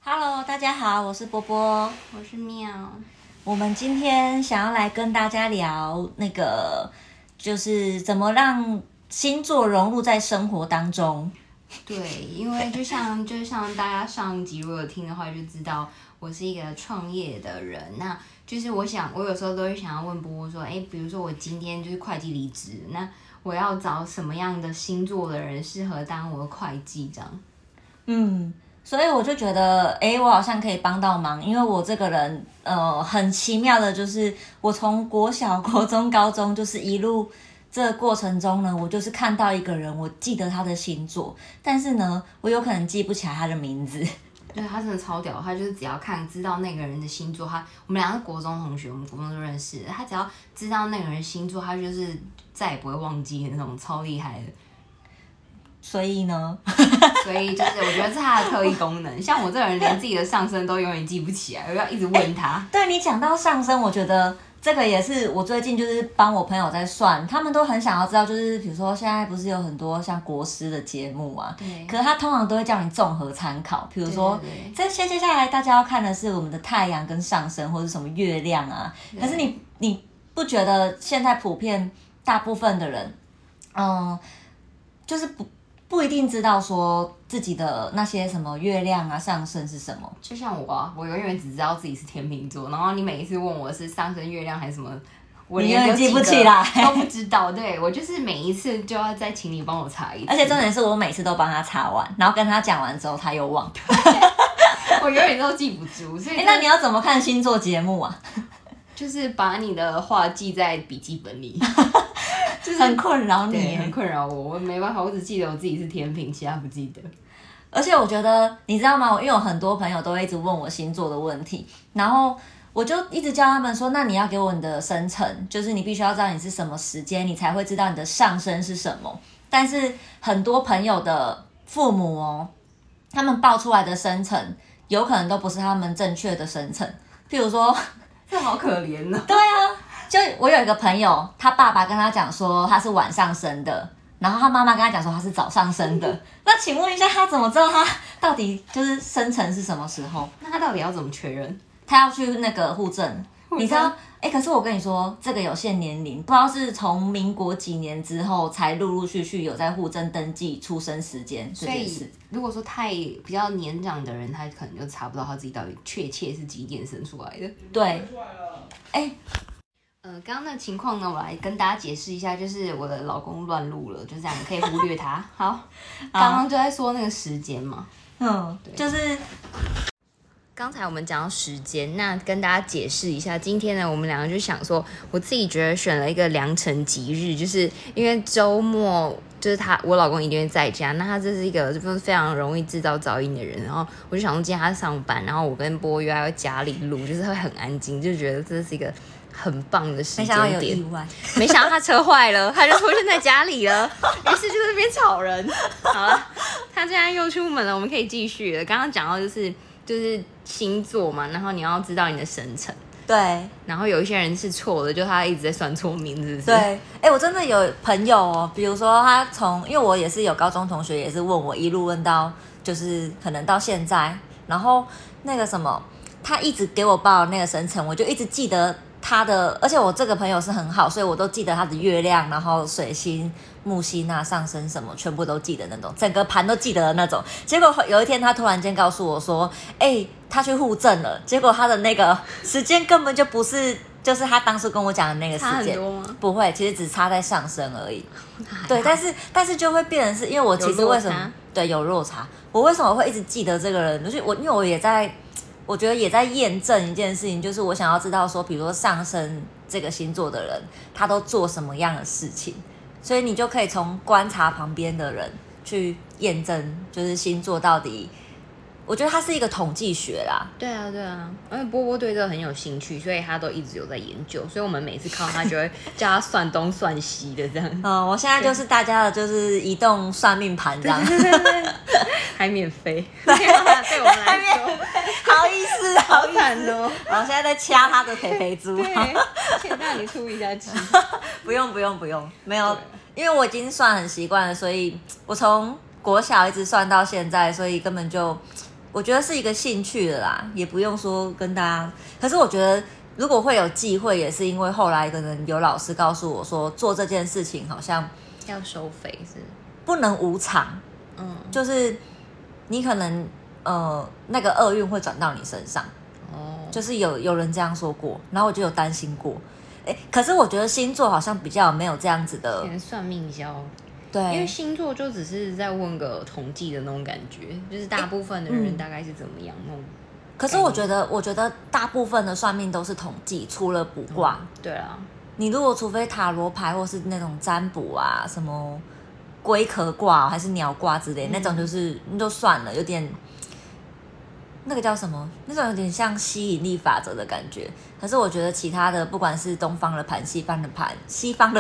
Hello，大家好，我是波波， 我是妙。 我们今天想要来跟大家聊就是怎么让星座融入在生活当中。 对，因为就像大家上一集如果有听的话，就知道我是一个创业的人。那就是我有时候都会想要问波波说，比如说我今天就是会计离职，那我要找什么样的星座的人适合当我的会计这样？ 所以我就觉得，我好像可以帮到忙，因为我这个人，很奇妙的，就是我从国小、国中、高中，就是一路这个过程中呢，我就是看到一个人，我记得他的星座，但是呢，我有可能记不起来他的名字。 对，他真的超屌，他就是只要知道那个人的星座，我们两个是国中同学，我们国中就认识，他只要知道那个人的星座，他就是再也不会忘记的那种，超厉害的。 所以呢， 所以就是我觉得这是他的特异功能。像我这个人连自己的上升都永远记不起来，我要一直问他。 对，你讲到上升，我觉得这个也是我最近就是帮我朋友在算，他们都很想要知道，就是比如说现在不是有很多像国师的节目啊， 对， 可是他通常都会叫你综合参考，比如说这些接下来大家要看的是我们的太阳跟上升，或者什么月亮啊。可是你不觉得现在普遍大部分的人，就是不一定知道说自己的那些什么月亮啊、上升是什么。 就像我永远只知道自己是天秤座，然后你每一次问我是上升、月亮还是什么，我连记不起来， 都不知道。对，我就是每一次就要再请你帮我查一次， 而且重点是我每次都帮他查完，然后跟他讲完之后他又忘， 我永远都记不住。所以那你要怎么看星座节目啊？ 就是把你的话记在笔记本里。 就是很困扰你， 很困扰我没办法，我只记得我自己是天秤，其他不记得。 而且我觉得，你知道吗？因为有很多朋友都会一直问我星座的问题，然后我就一直教他们说，那你要给我你的生辰，就是你必须要知道你是什么时间，你才会知道你的上升是什么。但是很多朋友的父母他们报出来的生辰，有可能都不是他们正确的生辰，譬如说， 这好可怜呢。 对啊。就我有一个朋友，他爸爸跟他讲说他是晚上生的，然后他妈妈跟他讲说他是早上生的。那请问一下，他怎么知道他到底就是生辰是什么时候？ 那他到底要怎么确认？ 他要去那个户政，你知道？可是我跟你说，这个有限年龄，不知道是从民国几年之后才陆陆续续有在户政登记出生时间这件事。 所以如果说比较年长的人，他可能就查不到他自己到底确切是几点生出来的。 对， 刚刚那个情况呢，我来跟大家解释一下，就是我的老公乱录了，就这样，可以忽略他。好，刚刚就在说那个时间嘛， 就是刚才我们讲到时间，那跟大家解释一下，今天呢，我们两个就想说，我自己觉得选了一个良辰吉日，就是因为周末就是我老公一定会在家，那他这是一个就是非常容易制造噪音的人，然后我就想说今天他上班，然后我跟波约要家里录，就是会很安静，就觉得这是一个很棒的时间点。 没想到有意外， 没想到他车坏了，他就出现在家里了，于是就在那边吵人。好了，他现在又出门了，我们可以继续了。刚刚讲到就是星座嘛，然后你要知道你的生辰。 对， 然后有一些人是错的，就他一直在算错名字。 对，我真的有朋友比如说他因为我也是有高中同学，也是问我一路问到就是可能到现在，然后那个什么，他一直给我报那个生辰，我就一直记得他的，而且我这个朋友是很好，所以我都记得他的月亮，然后水星、木星啊、上升什么，全部都记得那种，整个盘都记得的那种。结果有一天他突然间告诉我说，他去户政了，结果他的那个时间根本就不是，就是他当初跟我讲的那个时间。 差很多吗？ 不会，其实只差在上升而已。对，但是就会变成是因为我其实为什么有落差？我为什么会一直记得这个人？就是因为我也在。我觉得也在验证一件事情，就是我想要知道说，比如说上升这个星座的人，他都做什么样的事情，所以你就可以从观察旁边的人去验证，就是星座到底。我觉得它是一个统计学啦。 对啊，因为波波对这个很有兴趣，所以他都一直有在研究，所以我们每次看到他就会叫他算东算西的这样。 我现在就是大家的就是移动算命盘这样， 对，还免费，对我们来说， 好意思， 好惨哦。 然后现在在掐他的肥肥猪， 对，请让你出一下气。 不用，没有，因为我已经算很习惯了，所以我从国小一直算到现在，所以根本就我觉得是一个兴趣的啦，也不用说跟大家。可是我觉得如果会有忌讳，也是因为后来可能有老师告诉我说，做这件事情好像要收费是不能无偿，就是你可能那个厄运会转到你身上，就是有人这样说过，然后我就有担心过。可是我觉得星座好像比较没有这样子的， 算命销。 对， 因为星座就只是在问个统计的那种感觉，就是大部分的人大概是怎么样那种。 可是我觉得大部分的算命都是统计，除了卜卦。 对啊， 你如果除非塔罗牌或是那种占卜啊，什么龟壳卦还是鸟卦之类，那种就是就算了，有点那个叫什么？那种有点像吸引力法则的感觉。可是我觉得其他的，不管是东方的盘、西方的盘，西方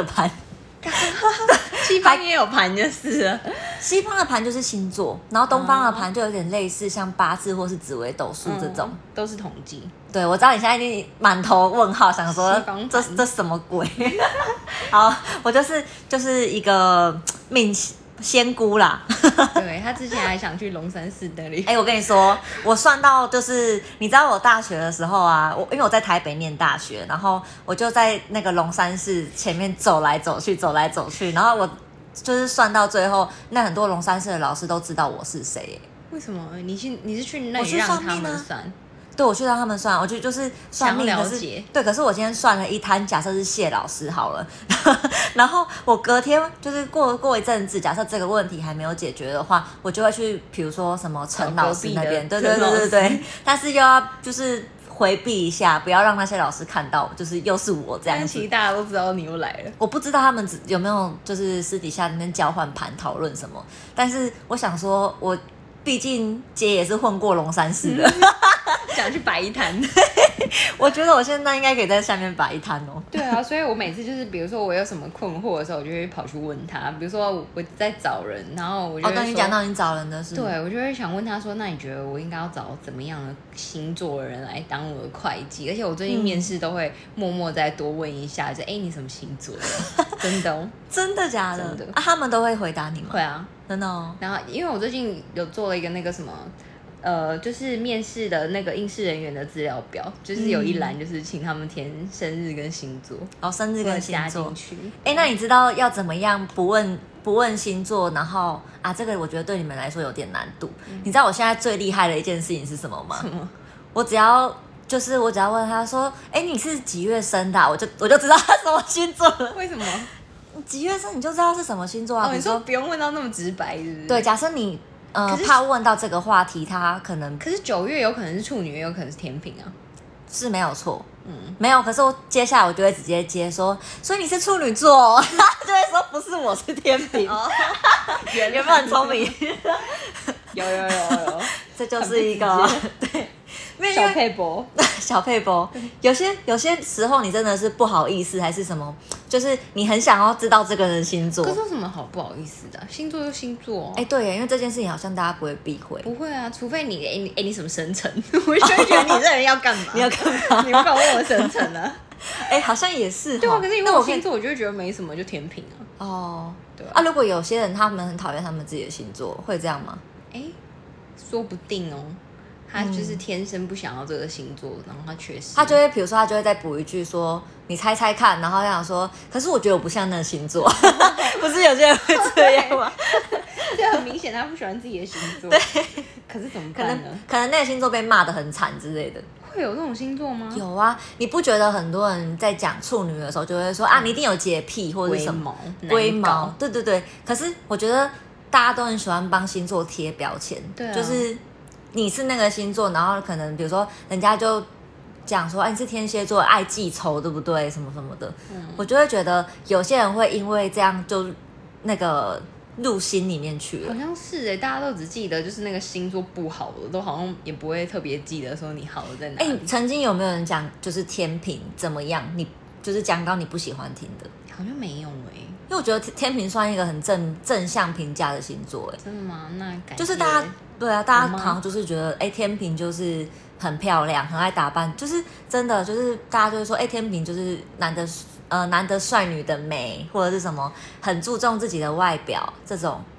也有盘就是了。 西方的盘就是星座，然后东方的盘就有点类似像八字或是紫微斗数这种， 都是统计。 对，我知道你现在已经满头问号，想说这什么鬼？好，我就是一个命仙姑啦。 对，他之前还想去龙山寺那里。 我跟你说，我算到就是你知道我大学的时候啊，因为我在台北念大学，然后我就在那个龙山寺前面走来走去，然后我就是算到最后，那很多龙山寺的老师都知道我是谁。 为什么？你是去那里让他们算？ 对，我去让他们算，我就是算命的是对。可是我今天算了一摊，假设是谢老师好了，然后我隔天就是过一阵子，假设这个问题还没有解决的话，我就会去，比如说什么陈老师那边，对，但是又要就是回避一下，不要让那些老师看到，就是又是我这样子。 其实大家都知道你又来了， 我不知道他们有没有就是私底下那边交换盘讨论什么，但是我想说，我毕竟姐也是混过龙山寺的。 想去摆一摊， 我觉得我现在应该可以在下面摆一摊哦。 对啊，所以我每次就是，比如说我有什么困惑的时候，我就会跑去问他。比如说我在找人，然后我就会等你讲到你找人的事， 对我就会想问他说，那你觉得我应该要找怎么样的星座的人来当我的会计？而且我最近面试都会默默再多问一下，就你什么星座的？真的哦， 真的假的？真的啊，他们都会回答你吗？ 会啊， 真的哦。 然后因为我最近有做了一个那个什么。就是面试的那个应试人员的资料表，就是有一栏就是请他们填生日跟星座， 生日跟星座加进去。 那你知道要怎么样不问星座，然后这个我觉得对你们来说有点难度。你知道我现在最厉害的一件事情是什么吗？ 什么？ 我只要问他说，你是几月生的我就知道他什么星座了。 为什么？ 几月生你就知道是什么星座啊？ 你说不用问到那么直白，是不是？ 对，假设你。怕问到这个话题，他可能可是9月有可能是处女，也有可能是天秤啊， 是没有错，没有。可是接下来我就会直接接说，所以你是处女座，他就会说不是，我是天秤。有没有很聪明？ 有， 这就是一个对。 小配博， 小配博，有些时候你真的是不好意思，还是什么，就是你很想要知道这个人星座。 可是有什么好不好意思的？星座就星座。 对耶，因为这件事情好像大家不会避讳。 不会啊，除非你你什么生辰，我就会觉得你这人要干嘛？ 你要干嘛？ 你不敢问我生辰啊？ 好像也是。 对啊，可是你问我星座，我就会觉得没什么，就天秤啊。 对啊。如果有些人他们很讨厌他们自己的星座，会这样吗？ 说不定哦。他就是天生不想要这个星座，然后他确实， 他就会，比如说，他就会再补一句说：“你猜猜看。”然后他想说：“可是我觉得我不像那个星座。”不是有些人会这样吗？ 这很明显，他不喜欢自己的星座。对，可是怎么办呢？ 可能那个星座被骂得很惨之类的。 会有这种星座吗？ 有啊，你不觉得很多人在讲处女的时候，就会说你一定有洁癖或者是什么龟毛？对。可是我觉得大家都很喜欢帮星座贴标签， 对啊， 就是你是那个星座，然后可能比如说人家就讲说，你是天蝎座，爱记仇，对不对？什么什么的，我就会觉得有些人会因为这样就那个入心里面去了。 好像是大家都只记得就是那个星座不好的，都好像也不会特别记得说你好的在哪里。 曾经有没有人讲就是天秤怎么样？你就是讲到你不喜欢听的？ 好像没有因为我觉得天秤算一个很正向评价的星座真的吗？那感觉就是大家对啊，大家好像就是觉得天秤就是很漂亮，很爱打扮，就是真的就是大家就会说天秤就是男的帅女的美，或者是什么很注重自己的外表这种，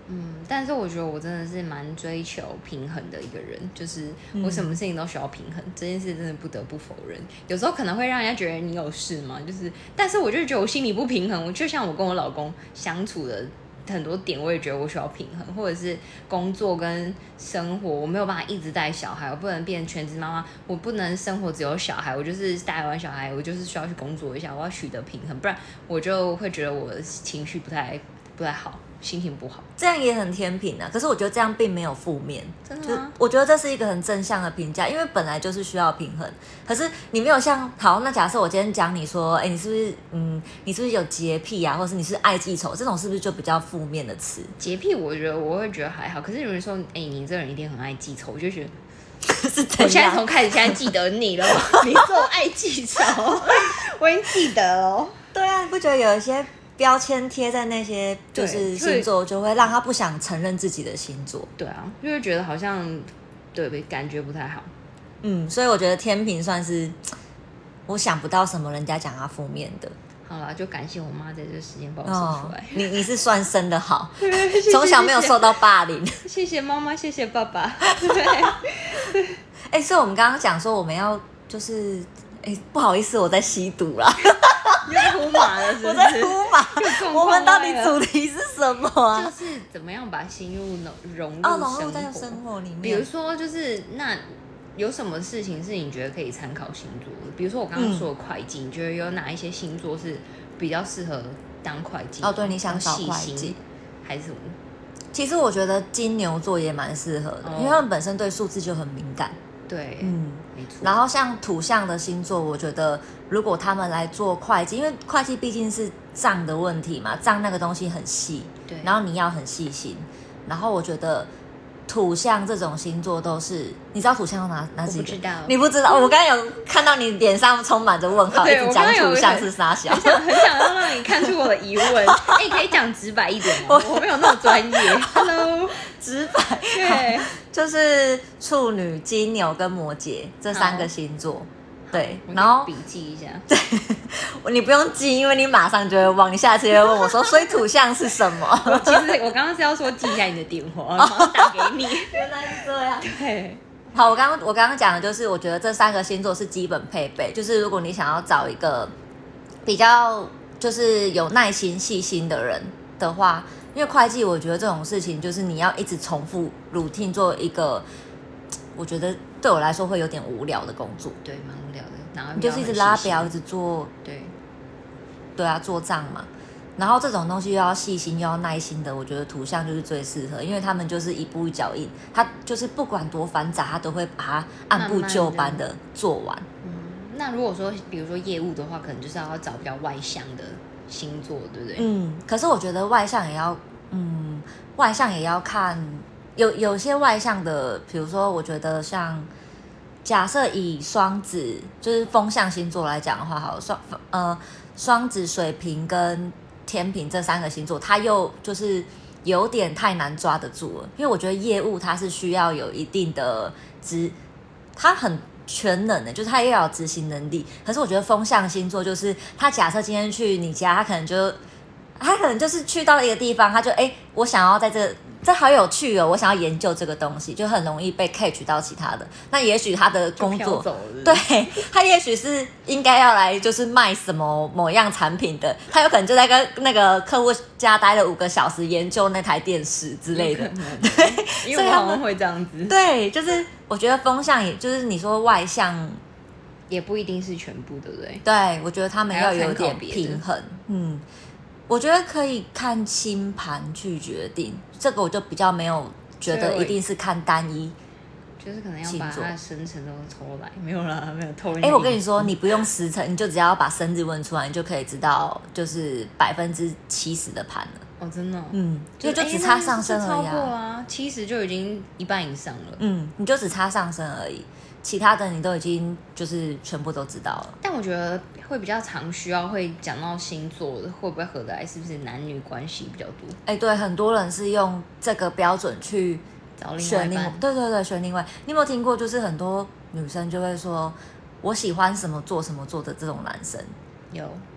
但是我觉得我真的是蛮追求平衡的一个人，就是我什么事情都需要平衡，这件事真的不得不否认。有时候可能会让人家觉得你有事嘛，但是我就觉得我心里不平衡。我就像我跟我老公相处的很多点，我也觉得我需要平衡，或者是工作跟生活，我没有办法一直带小孩，我不能变全职妈妈，我不能生活只有小孩，我就是带完小孩，我就是需要去工作一下，我要取得平衡，不然我就会觉得我的情绪不太好。心情不好， 这样也很天平啊。可是我觉得这样并没有负面， 真的吗？ 我觉得这是一个很正向的评价，因为本来就是需要平衡。可是你没有像好，那假设我今天讲你说，你是不是你是不是有洁癖啊，或是你是爱记仇，这种是不是就比较负面的词？ 洁癖，我会觉得还好。可是有人说，你这个人一定很爱记仇，我就觉得是怎样？ 我现在现在记得你了，你这么爱记仇，我已经记得了。 对啊，你不觉得有一些标签贴在那些就是星座，就会让他不想承认自己的星座？ 对啊，就会觉得好像感觉不太好。 所以我觉得天秤算是我想不到什么人家讲他负面的。 好啦，就感谢我妈在这个时间把我生出来。 你是算生的好，从小没有受到霸凌。 谢谢妈妈，谢谢爸爸。 所以我们刚刚讲说我们要就是不好意思，我在吸毒啦。 又在呼麻了，是不是？ 我在呼麻。我们到底主题是什么啊？ 就是怎么样把心融入在生活里面。 比如说，就是那有什么事情是你觉得可以参考星座的？比如说我刚刚说的会计，你觉得有哪一些星座是比较适合当会计？ 对，你想找会计还是什么？ 其实我觉得金牛座也蛮适合的，因为他们本身对数字就很敏感。 对，没错。 然后像土象的星座，我觉得如果他们来做会计，因为会计毕竟是账的问题嘛，账那个东西很细， 对， 然后你要很细心。然后我觉得土象这种星座都是，你知道土象有哪几个？ 我不知道， 你不知道？我刚才有看到你脸上充满着问号，一直讲土象是啥小， 很想要让你看出我的疑问。可以讲直白一点吗？我没有那么专业。Hello， 直白， 对， 就是处女、金牛跟摩羯这三个星座。对， 然后笔记一下。 对，你不用记，因为你马上就会忘。你下次就会问我说：“所以土象是什么？” 其实我刚刚是要说记一下你的电话，然后打给你。 原来是这样。 对， 好，我刚刚讲的就是，我觉得这三个星座是基本配备。就是如果你想要找一个比较就是有耐心、细心的人的话，因为会计，我觉得这种事情就是你要一直重复 routine 做一个，我觉得对我来说会有点无聊的工作。 对，蛮无聊的。然后你就是一直拉表，一直做，对啊，做账嘛。然后这种东西又要细心又要耐心的，我觉得土象就是最适合，因为他们就是一步一脚印，他就是不管多繁杂，他都会把它按部就班的做完。 那如果说比如说业务的话，可能就是要找比较外向的星座，对不对？ 可是我觉得外向也要看，有些外向的，比如说我觉得像。假设以双子就是风象星座来讲的话，好，双子、水瓶跟天秤这三个星座，它又就是有点太难抓得住了，因为我觉得业务它是需要有一定的它很全能的，就是它又要有执行能力。可是我觉得风象星座就是，他假设今天去你家，他可能就是去到一个地方，他就我想要在这好有趣哦！我想要研究这个东西，就很容易被 catch 到其他的。那也许他的工作，对，他也许是应该要来就是卖什么某样产品的，他有可能就在跟那个客户家待了5个小时研究那台电视之类的。对， 因为他们会这样子。 对，就是我觉得风向也就是你说外向， 也不一定是全部，对不对？ 对，我觉得他们要有点平衡。我觉得可以看星盘去决定，这个我就比较没有觉得一定是看单一， 就是可能要把它的生辰都抽来，没有啦，没有偷。 我跟你说，你不用时辰，你就只要把生日问出来，你就可以知道就是70%的盘了。 哦，真的。 就只差上升而已超过啊，70就已经一半以上了。 你就只差上升而已。其他的你都已经就是全部都知道了， 但我觉得会比较常需要会讲到星座的会不会合得来，是不是男女关系比较多？ 对，很多人是用这个标准去选另外，对，选另外。你有没有听过？就是很多女生就会说，我喜欢什么做什么做的这种男生。 有，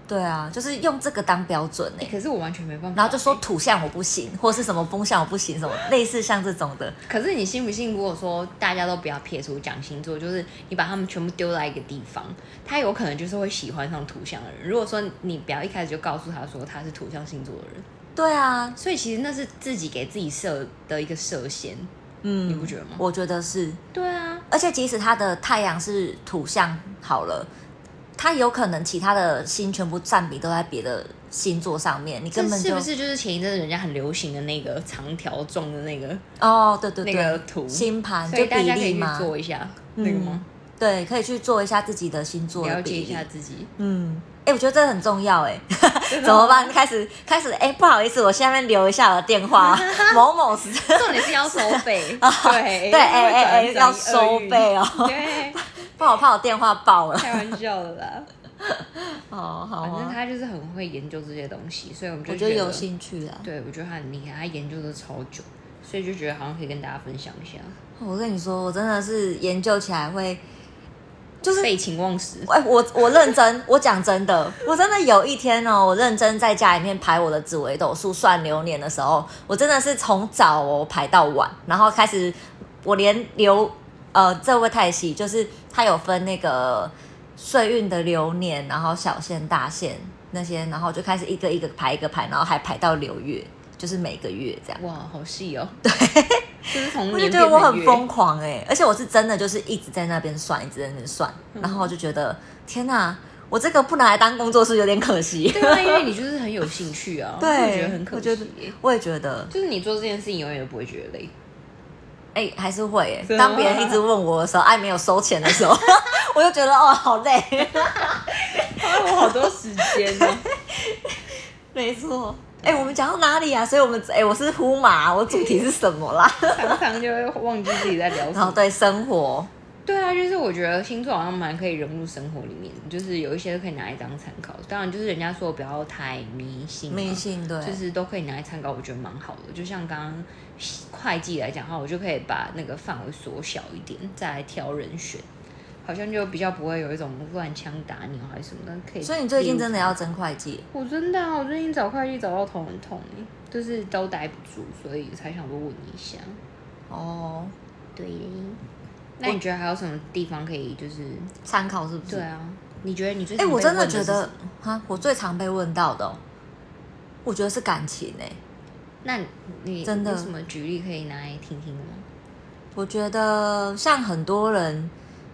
对啊，就是用这个当标准可是我完全没办法。 然后就说土象我不行，或是什么风象我不行，什么类似像这种的。 可是你信不信？如果说大家都不要撇除讲星座，就是你把他们全部丢在一个地方，他有可能就是会喜欢上土象的人。如果说你不要一开始就告诉他说他是土象星座的人， 对啊， 所以其实那是自己给自己设的一个设限。你不觉得吗？ 我觉得是。 对啊， 而且即使他的太阳是土象好了。他有可能其他的星全部占比都在别的星座上面，你根本就是不是就是前一阵子人家很流行的那个长条状的那个对对对， 那个图星盘所以大家可以去比例嘛， 做一下那个吗？ 对，可以去做一下自己的星座的比例， 了解一下自己。 我觉得这个很重要怎么办？开始不好意思，我下面留一下我的电话某某时， 重点是要收费对对，要收费哦， 对。 不然我怕我电话爆了。 开玩笑的啦。 好啊， 反正他就是很会研究这些东西，所以我们就我觉得有兴趣啊。 对，我觉得他很厉害，他研究的超久，所以就觉得好像可以跟大家分享一下。 我跟你说，我真的是研究起来会就是废寝忘食。 我认真，我讲真的，我真的有一天哦，我认真在家里面排我的紫微斗数算流年的时候，我真的是从早排到晚，然后开始我连这会不会太细？就是它有分那个岁运的流年，然后小限、大限那些，然后就开始一个一个排，然后还排到流月，就是每个月这样。 哇，好细哦！对，就是从我就觉得我很疯狂而且我是真的就是一直在那边算，一直在那边算，然后我就觉得天哪，我这个不拿来当工作是有点可惜。 对啊，因为你就是很有兴趣啊， 对， 我觉得很可惜。 我也觉得， 就是你做这件事情永远都不会觉得累。 还是会当别人一直问我的时候，没有收钱的时候，我就觉得好累， 花了我好多时间哦。 没错。我们讲到哪里啊？所以我们我是呼马，我主题是什么啦？ 常常就会忘记自己在聊什么。 对，生活。 对啊，就是我觉得星座好像蛮可以融入生活里面，就是有一些都可以拿来当参考。当然，就是人家说不要太迷信， 对， 就是都可以拿来参考，我觉得蛮好的。就像刚刚会计来讲的话，我就可以把那个范围缩小一点，再来挑人选，好像就比较不会有一种乱枪打鸟还是什么的。可以。 所以你最近真的要争会计？ 我真的我最近找会计找到头很痛就是都待不住，所以才想多问你一下。 哦， 对。那你觉得还有什么地方可以就是参考？是不是？ 对啊，你觉得你最常我真的觉得我最常被问到的我觉得是感情那你真的有什么举例可以拿来听听的吗？ 我觉得像很多人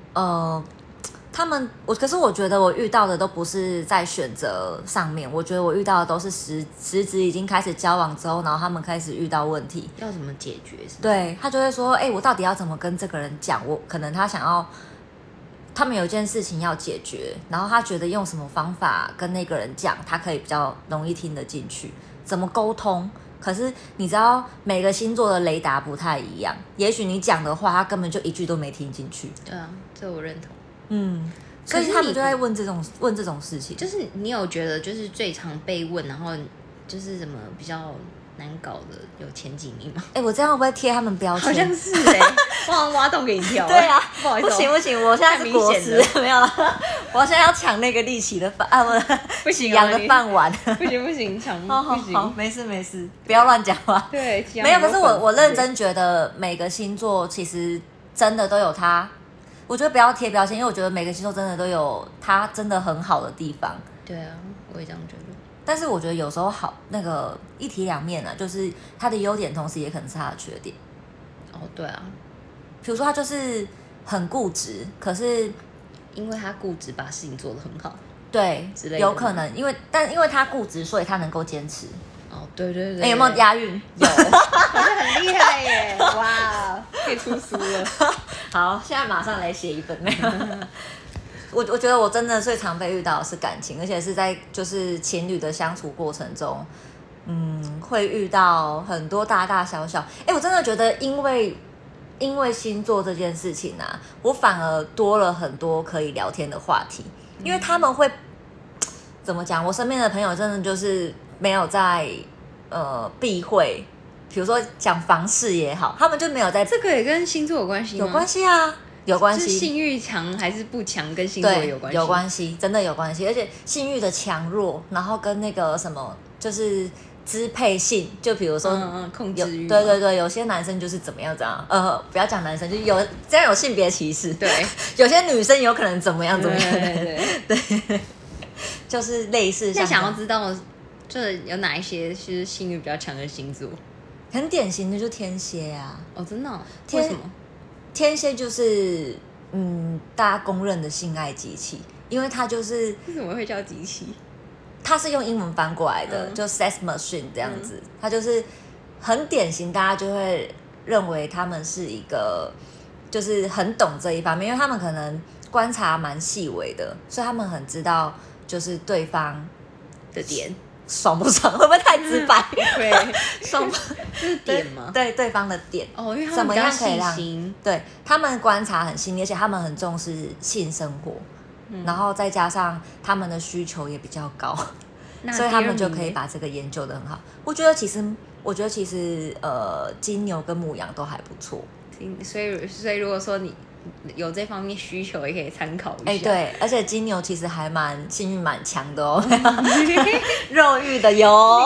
可是我觉得我遇到的都不是在选择上面，我觉得我遇到的都是实质已经开始交往之后，然后他们开始遇到问题， 要怎么解决？ 对，他就会说，我到底要怎么跟这个人讲？我可能他们有一件事情要解决，然后他觉得用什么方法跟那个人讲，他可以比较容易听得进去，怎么沟通？可是你知道每个星座的雷达不太一样，也许你讲的话，他根本就一句都没听进去。 对啊，这我认同。 所以他们就在问这种事情。 就是你有觉得就是最常被问，然后就是什么比较难搞的有前几名吗？ 我这样会不会贴他们标签？ 好像是我好像挖洞给你跳。 对啊， 不好意思， 不行，我现在是国师，没有了。我现在要抢那个利奇的不行， 养的饭碗。 不行，抢不行。 好，没事，不要乱讲话。 对， 没有。可是我认真觉得每个星座其实真的都有它。我觉得不要贴标签，因为我觉得每个星座真的都有它真的很好的地方。 对啊，我也这样觉得。 但是我觉得有时候那个一体两面啊，就是它的优点，同时也可能是它的缺点。 对啊。 比如说他就是很固执，可是因为他固执把事情做得很好， 对， 之类的有可能因为他固执，所以他能够坚持。 对， 有没有押韵？ 有，好像很厉害耶！哇，可以出书了。 好，现在马上来写一本。我觉得我真的最常被遇到的是感情，而且是在就是情侣的相处过程中，会遇到很多大大小小。我真的觉得因为星座这件事情啊，我反而多了很多可以聊天的话题，因为他们会怎么讲？我身边的朋友真的就是没有在避讳，比如说讲房事也好，他们就没有在。 这个也跟星座有关系吗？ 有关系啊。 有关系， 就是性欲强还是不强跟星座对有关系， 有关系，真的有关系。而且性欲的强弱，然后跟那个什么，就是支配性，就比如说控制欲， 对对对，有些男生就是怎么样怎样，不要讲男生，就是这样有性别歧视， 对， 有些女生有可能怎么样怎么样， 对， 就是类似像。 那想要知道，就是有哪一些是性欲比较强的星座？ 很典型的就天蝎啊， 哦，真的哦？为什么？ 天蝎就是大家公认的性爱机器，因为它就是为什么会叫机器？ 它是用英文翻过来的，就 sex machine 这样子，它就是很典型，大家就会认为他们是一个就是很懂这一方面，因为他们可能观察蛮细微的，所以他们很知道就是对方的点爽不爽，会不会太直白？ 对， 爽是点吗？ 对，对方的点哦，因为他怎么们比较样可以让细心， 对他们观察很细腻，而且他们很重视性生活，然后再加上他们的需求也比较高，所以他们就可以把这个研究得很好。我觉得其实金牛跟牡羊都还不错。 所以如果说你有这方面需求，也可以参考一下。 对，而且金牛其实还性欲蛮强的哦，肉欲的哟，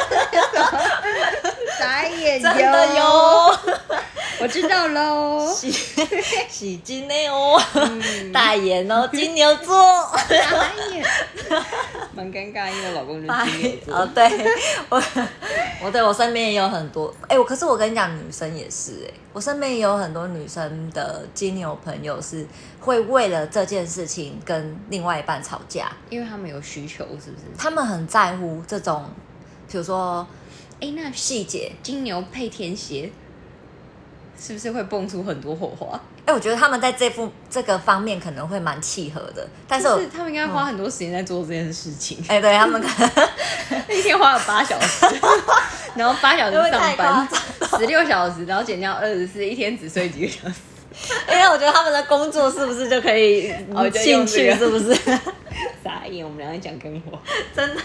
眨眼真的哟， 我知道喽， 洗金的哦，大眼哦，金牛座， 眨眼，蛮尴尬，因为我老公就是金牛座。 哦，对，我身边也有很多，可是我跟你讲，女生也是，我身边也有很多女生的金牛朋友是会为了这件事情跟另外一半吵架， 因为他们有需求，是不是？ 他们很在乎这种，比如说， 那细节， 金牛配天蝎，是不是会蹦出很多火花？ 我觉得他们在这个方面可能会蛮契合的，但是他们应该花很多时间在做这件事情。 对他们可能一天花了8小时，然后8小时上班，16小时，然后减掉24，一天只睡几个小时。 我觉得他们的工作是不是就可以兴趣是不是？ 傻眼，我们俩在讲干货， 真的。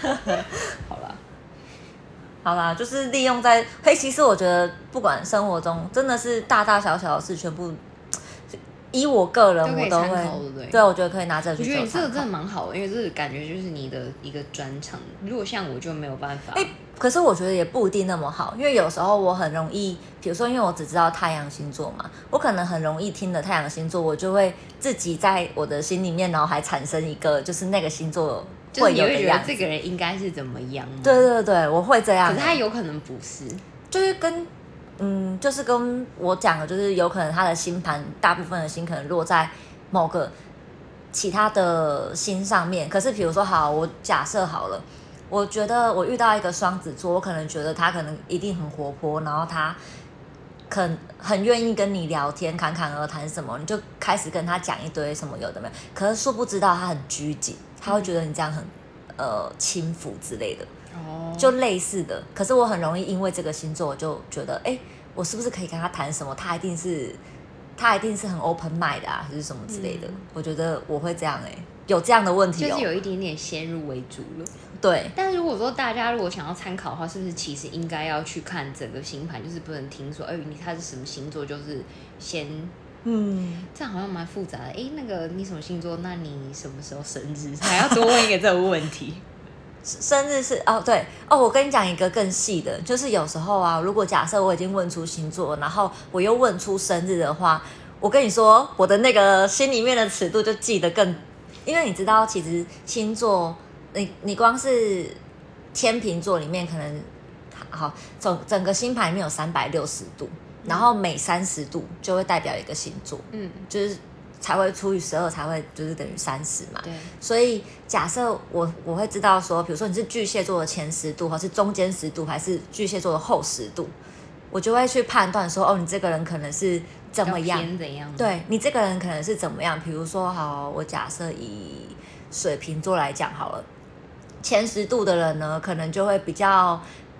好啦， 就是利用在其实我觉得不管生活中真的是大大小小的事，全部以我个人我都会，对，我觉得可以拿这去做参考。 我觉得你这个真的蛮好的，因为这个感觉就是你的一个专长。如果像我就没有办法。 可是我觉得也不一定那么好，因为有时候我很容易，比如说因为我只知道太阳星座嘛，我可能很容易听了太阳星座，我就会自己在我的心里面，然后还产生一个就是那个星座会有的样子， 这个人应该是怎么样吗？ 对对对，我会这样。 可是他有可能不是， 就是跟我讲的，就是有可能他的星盘大部分的星可能落在某个其他的星上面。可是比如说好，我假设好了，我觉得我遇到一个双子座，我可能觉得他可能一定很活泼，然后他很愿意跟你聊天，侃侃而谈什么，你就开始跟他讲一堆什么有的没有。可是殊不知道他很拘谨，他会觉得你这样很轻浮之类的。就类似的，可是我很容易因为这个星座，我就觉得，我是不是可以跟他谈什么？他一定是很 open mind 啊，还是什么之类的。我觉得我会这样，有这样的问题， 就是有一点点先入为主了。 对， 但是如果说大家如果想要参考的话，是不是其实应该要去看整个星盘，就是不能听说，他是什么星座，就是先。这样好像蛮复杂的。那个你什么星座？那你什么时候生日？还要多问一个这个问题。 生日是对我跟你讲一个更细的，就是有时候啊，如果假设我已经问出星座，然后我又问出生日的话，我跟你说，我的那个心里面的尺度就记得更，因为你知道，其实星座，你光是天秤座里面可能好整个星盘里面有360度，然后每30度就会代表一个星座，就是才会除以12，才会就是等于30嘛。 对， 所以假设我会知道说，比如说你是巨蟹座的前10度，或是中间10度，还是巨蟹座的后10度，我就会去判断说，你这个人可能是怎么样， 怎样？ 对，你这个人可能是怎么样？比如说，好，我假设以水瓶座来讲好了，前10度的人呢，可能就会比较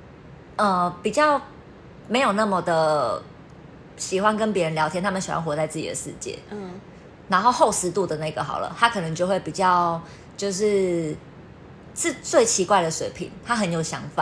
没有那么的喜欢跟别人聊天，他们喜欢活在自己的世界。然后后10度的那个好了，他可能就会比较是最奇怪的水瓶，他很有想法，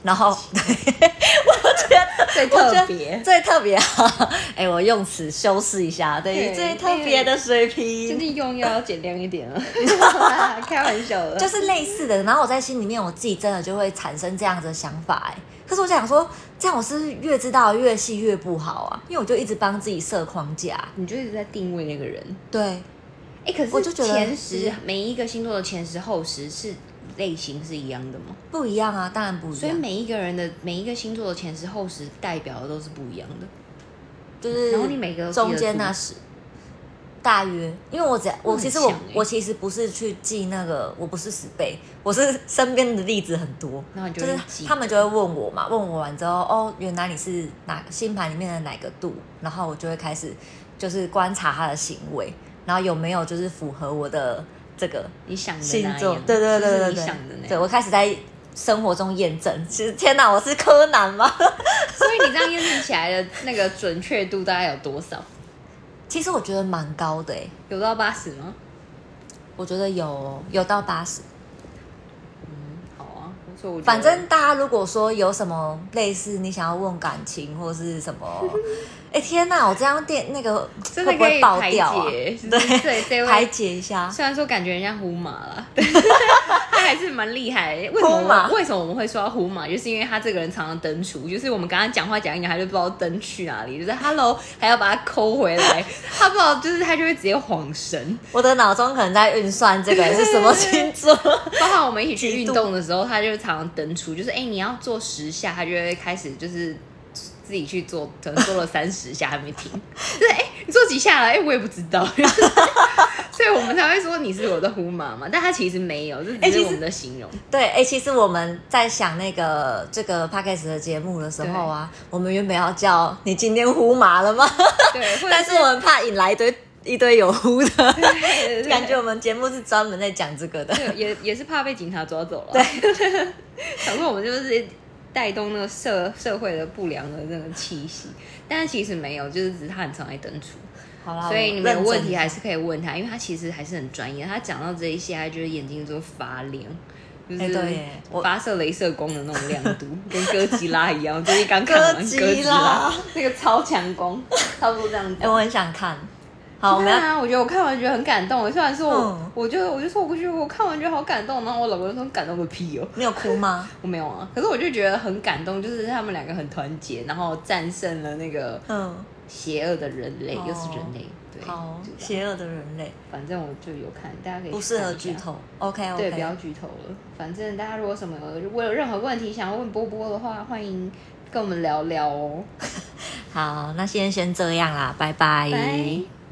然后对，我觉得最特别哎，我用词修饰一下，对，最特别的水瓶， 最近用要减量一点了，开玩笑的， 就是类似的。然后我在心里面，我自己真的就会产生这样子的想法，哎，可是我想说，这样我是不是越知道越细越不好啊？因为我就一直帮自己设框架， 你就一直在定位那个人， 对。 可是我就觉得前十每一个星座的前十后十是类型是一样的吗？ 不一样啊，当然不一样。 所以每一个人的每一个星座的前十后十代表的都是不一样的， 就是然后你每个中间那10，大约，因为我其实不是去记那个，我不是10倍，我是身边的例子很多， 然后你就是他们就会问我嘛，问我完之后，哦，原来你是星盘里面的哪个度，然后我就会开始就是观察他的行为。然后有没有就是符合我的这个你想的星座？ 对对， 你想的那样。 对，我开始在生活中验证。其实天哪，我是柯南吗？ 所以你这样验证起来的那个准确度大概有多少？ 其实我觉得蛮高的诶， 有到80吗？ 我觉得有到80。 好啊，所以我反正大家如果说有什么类似你想要问感情或是什么，哎天哪，我这样那个真的会不会爆掉啊？ 对， 排解一下。 虽然说感觉人家胡马啦，他还是蛮厉害的。为什么我们会说他胡马？就是因为他这个人常常登出，就是我们刚刚讲话讲一讲，他就不知道登去哪里，就是 hello 还要把他抠回来，他不知道，就是他就会直接晃神。 我的脑中可能在运算这个人是什么星座， 包括我们一起去运动的时候，他就常常登出，就是你要做10下，他就会开始就是自己去做，可能做了30下还没停，就是你做几下了？我也不知道，所以我们才会说你是我的呼马嘛，但他其实没有，这只是我们的形容。 对，其实我们在想这个 podcast 的节目的时候啊，我们原本要叫你今天呼马了吗？ 对， 但是我们怕引来一堆有呼的，感觉我们节目是专门在讲这个的， 也是怕被警察抓走了。对，想说我们就是带动那个社会的不良的那个气息，但是其实没有，就是只是他很常在登出。 好啦， 所以你们有问题还是可以问他，因为他其实还是很专业。他讲到这一些，他就是眼睛就发亮，就是发射雷射光的那种亮度，跟哥吉拉一样。最近刚看完哥吉拉那个超强光，差不多这样子。 我很想看。好， 我觉得我看完觉得很感动。虽然说我就说我看完觉得好感动，然后我老公说感动个屁哦。 你有哭吗？ 我没有啊，可是我就觉得很感动，就是他们两个很团结，然后战胜了那个邪恶的人类，又是人类。对， 好，邪恶的人类。 反正我就有看，大家可以不适合剧透。OK， 对，不要剧透了。反正大家如果有任何问题想要问波波的话，欢迎跟我们聊聊哦。 好，那先这样啦，拜拜。